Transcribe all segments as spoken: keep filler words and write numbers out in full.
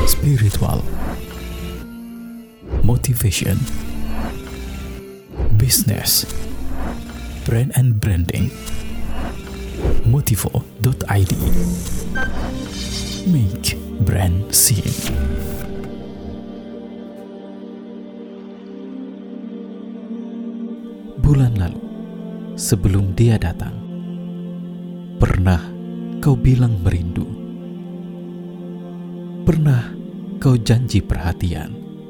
spiritual, motivation, business, brand and branding. Motivo dot I D. Make brand seen. Bulan lalu, sebelum dia datang, pernah kau bilang merindu. Pernah kau janji perhatian.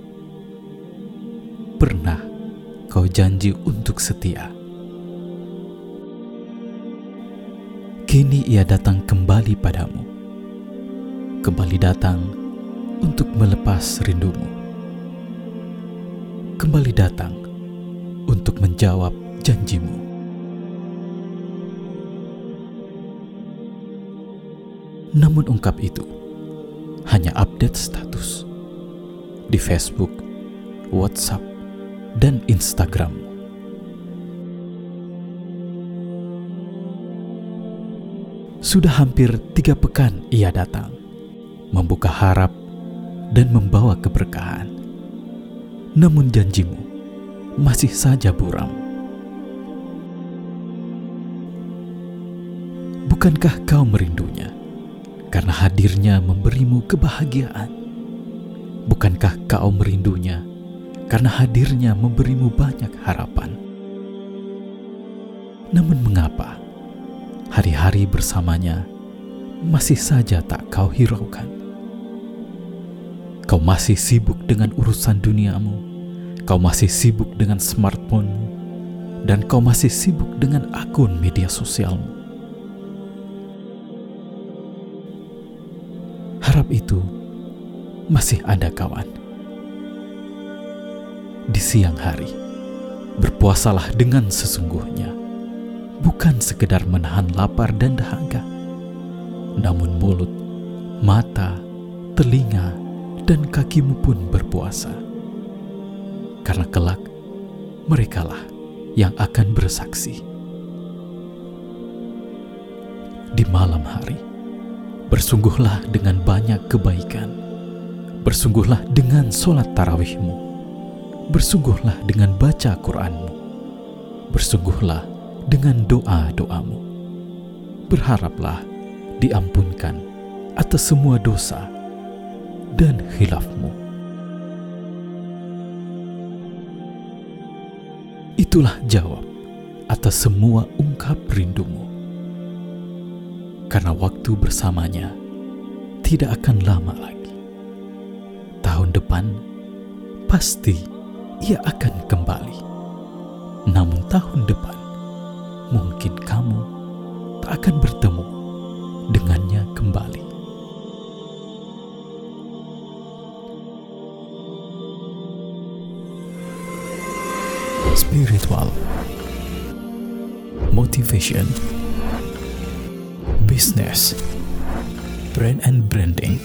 Pernah kau janji untuk setia. Kini ia datang kembali padamu. Kembali datang untuk melepas rindumu. Kembali datang untuk menjawab janjimu. Namun ungkap itu hanya update status di Facebook, WhatsApp, dan Instagram. Sudah hampir tiga pekan ia datang, membuka harap dan membawa keberkahan. Namun janjimu masih saja buram. Bukankah kau merindunya karena hadirnya memberimu kebahagiaan? Bukankah kau merindunya karena hadirnya memberimu banyak harapan? Namun mengapa hari-hari bersamanya masih saja tak kau hiraukan? Kau masih sibuk dengan urusan duniamu. Kau masih sibuk dengan smartphone-mu, dan kau masih sibuk dengan akun media sosialmu. Harap itu masih ada, kawan. Di siang hari, berpuasalah dengan sesungguhnya, bukan sekedar menahan lapar dan dahaga, namun mulut, mata, telinga, dan kakimu pun berpuasa. Karena kelak, merekalah yang akan bersaksi. Di malam hari, bersungguhlah dengan banyak kebaikan. Bersungguhlah dengan sholat tarawihmu. Bersungguhlah dengan baca Qur'anmu. Bersungguhlah dengan doa-doamu. Berharaplah diampunkan atas semua dosa dan khilafmu. Itulah jawab atas semua ungkap rindumu. Karena waktu bersamanya tidak akan lama lagi. Tahun depan pasti ia akan kembali. Namun tahun depan mungkin kamu tak akan bertemu dengannya kembali. Spiritual, motivation, business, brand and branding.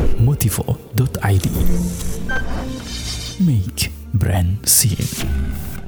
Motivo dot I D. Make brand seen.